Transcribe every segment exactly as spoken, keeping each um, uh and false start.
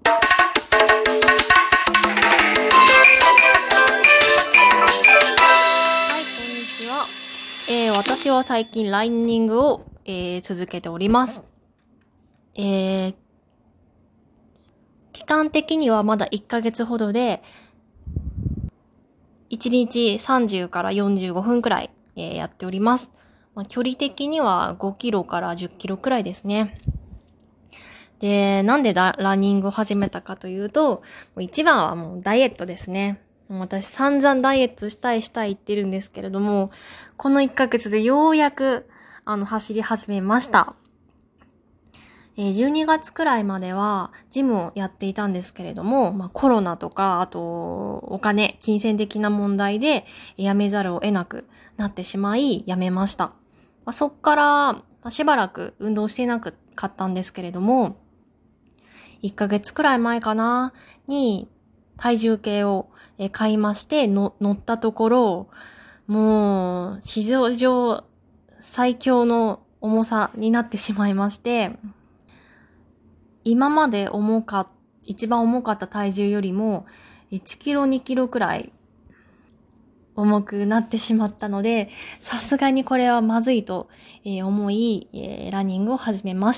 はい、こんにちは。えー、私は最近ランニングを、えー、続けております。えー、期間的にはまだいっかげつほどで、いちにちさんじゅうからよんじゅうごふんくらい、えー、やっております。まあ、距離的にはごキロからじゅっキロくらいですね。で、なんでだランニングを始めたかというと、一番はもうダイエットですね。もう私散々ダイエットしたいしたい言ってるんですけれども、このいっかげつでようやく、あの、走り始めました。えー、じゅうにがつくらいまではジムをやっていたんですけれども、まあ、コロナとか、あと、お金、金銭的な問題で辞めざるを得なくなってしまい、辞めました。まあ、そっから、まあ、しばらく運動していなかったんですけれども、いっかげつくらい前かな、に体重計を買いましての乗ったところ、もう、史上上最強の重さになってしまいまして、今まで重かっ、一番重かった体重よりもいちキロにキロくらい重くなってしまったので、さすがにこれはまずいと思い、ランニングを始めました。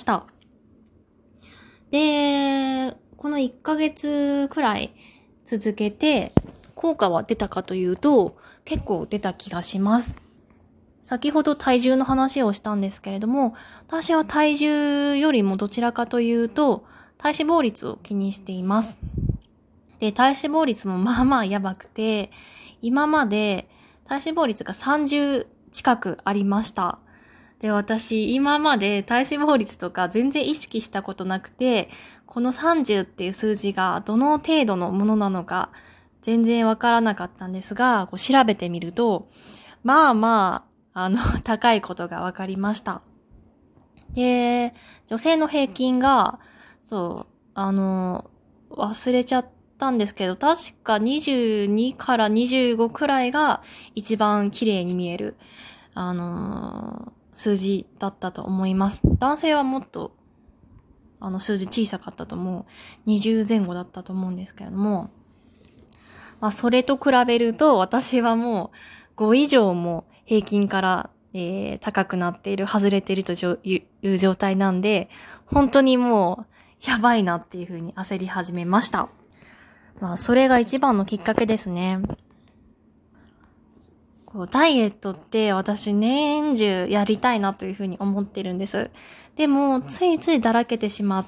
で、このいっかげつくらい続けて効果は出たかというと、結構出た気がします。先ほど体重の話をしたんですけれども、私は体重よりもどちらかというと、体脂肪率を気にしています。で、体脂肪率もまあまあやばくて、今まで体脂肪率がさんじゅう近くありました。で、私、今まで体脂肪率とか全然意識したことなくて、このさんじゅうっていう数字がどの程度のものなのか全然わからなかったんですが、こう調べてみると、まあまあ、あの、高いことがわかりました。で、女性の平均が、そう、あの、忘れちゃったんですけど、確かにじゅうにからにじゅうごくらいが一番綺麗に見える、あの、数字だったと思います。男性はもっと、あの、数字小さかったと思う。にじゅうぜん後だったと思うんですけれども、まあ、それと比べると、私はもうご以上も平均から、えー、高くなっている、外れているという状態なんで、本当にもう、やばいなっていう風に焦り始めました。まあ、それが一番のきっかけですね。こう、ダイエットって私年中やりたいなという風に思ってるんです。でも、ついついだらけてしまって、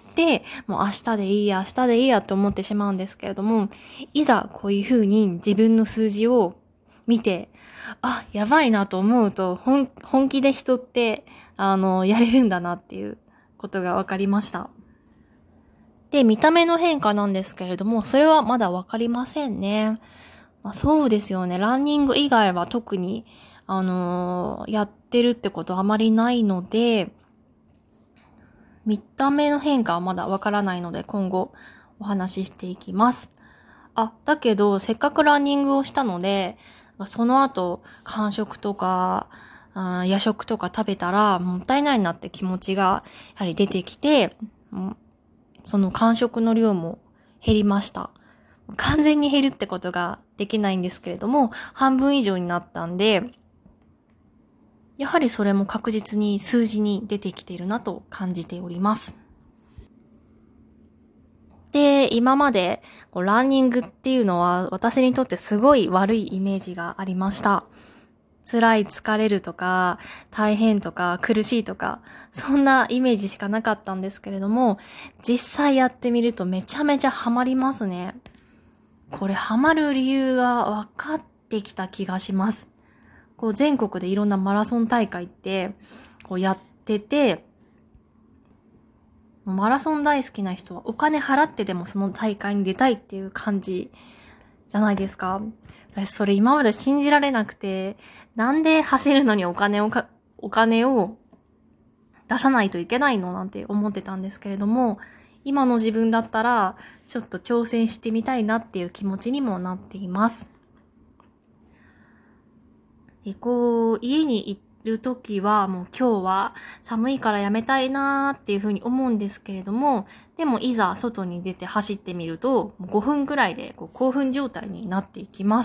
もう明日でいいや、明日でいいやと思ってしまうんですけれども、いざこういう風に自分の数字を見て、あ、やばいなと思うと、本、本気で人って、あの、やれるんだなっていうことが分かりました。で、見た目の変化なんですけれども、それはまだ分かりませんね。まあ、そうですよね。ランニング以外は特に、あのー、やってるってことはあまりないので、見た目の変化はまだわからないので、今後お話ししていきます。あ、だけど、せっかくランニングをしたので、その後、間食とか、あ夜食とか食べたら、もったいないなって気持ちが、やはり出てきて、その間食の量も減りました。完全に減るってことができないんですけれども、半分以上になったんで、やはりそれも確実に数字に出てきているなと感じております。で、今までこうランニングっていうのは私にとってすごい悪いイメージがありました。辛い、疲れるとか、大変とか、苦しいとか、そんなイメージしかなかったんですけれども、実際やってみるとめちゃめちゃハマりますね。これハマる理由が分かってきた気がします。こう全国でいろんなマラソン大会ってこうやってて、マラソン大好きな人はお金払ってでもその大会に出たいっていう感じじゃないですか。私それ今まで信じられなくて、なんで走るのにお金をか、お金を出さないといけないのなんて思ってたんですけれども、今の自分だったらちょっと挑戦してみたいなっていう気持ちにもなっています。こう、家に行っるときはもう今日は寒いからやめたいなーっていうふうに思うんですけれども、でもいざ外に出て走ってみるとごふんくらいでこう興奮状態になっていきます。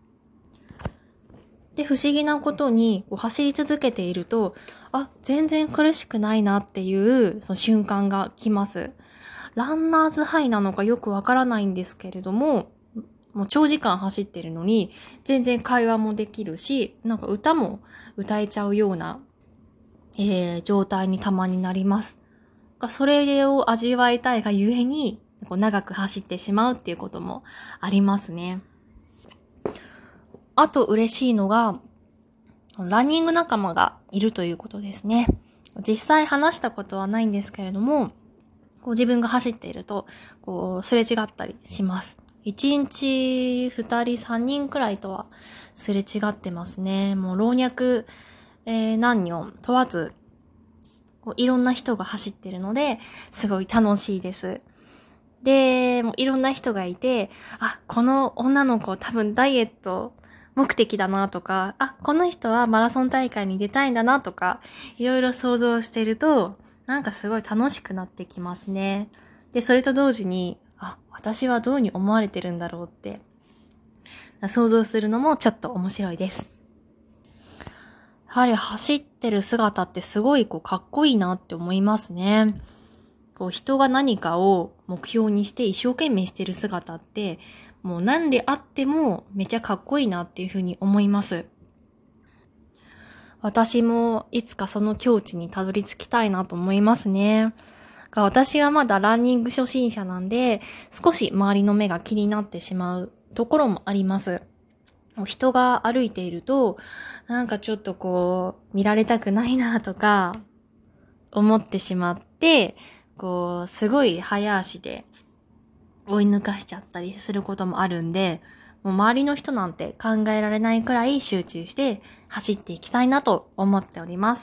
で、不思議なことにこう走り続けていると、あ、全然苦しくないなっていうその瞬間が来ます。ランナーズハイなのかよくわからないんですけれども、もう長時間走ってるのに全然会話もできるし、なんか歌も歌えちゃうような、えー、状態にたまになります。それを味わいたいがゆえにこう長く走ってしまうっていうこともありますね。あと嬉しいのが、ランニング仲間がいるということですね。実際話したことはないんですけれども、こう自分が走っていると、こう、すれ違ったりします。一日二人三人くらいとはすれ違ってますね。もう老若、えー、男女問わず、こういろんな人が走ってるので、すごい楽しいです。で、もういろんな人がいて、あ、この女の子多分ダイエット目的だなとか、あ、この人はマラソン大会に出たいんだなとか、いろいろ想像してると、なんかすごい楽しくなってきますね。で、それと同時に、あ、私はどうに思われてるんだろうって、想像するのもちょっと面白いです。やはり走ってる姿ってすごいこうかっこいいなって思いますね。こう人が何かを目標にして一生懸命してる姿って、もう何であってもめちゃかっこいいなっていうふうに思います。私もいつかその境地にたどり着きたいなと思いますね。私はまだランニング初心者なんで、少し周りの目が気になってしまうところもあります。人が歩いていると、なんかちょっとこう、見られたくないなとか、思ってしまって、こう、すごい早足で追い抜かしちゃったりすることもあるんで、もう周りの人なんて考えられないくらい集中して走っていきたいなと思っております。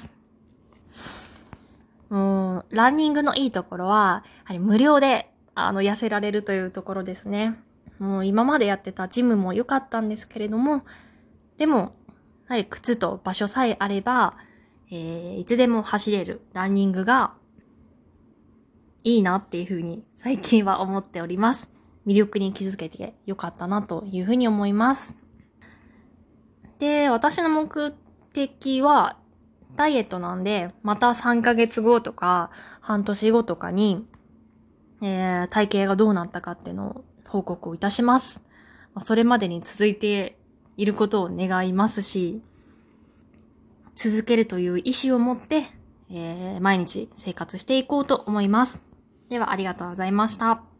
もう、ランニングのいいところは、やはり無料で、あの、痩せられるというところですね。もう今までやってたジムも良かったんですけれども、でも、やはり靴と場所さえあれば、えー、いつでも走れるランニングがいいなっていうふうに最近は思っております。魅力に気づけてよかったなというふうに思います。で、私の目的はダイエットなんで、またさんかげつごとか半年後とかに、えー、体型がどうなったかっていうのを報告をいたします。それまでに続いていることを願いますし、続けるという意志を持って、えー、毎日生活していこうと思います。ではありがとうございました。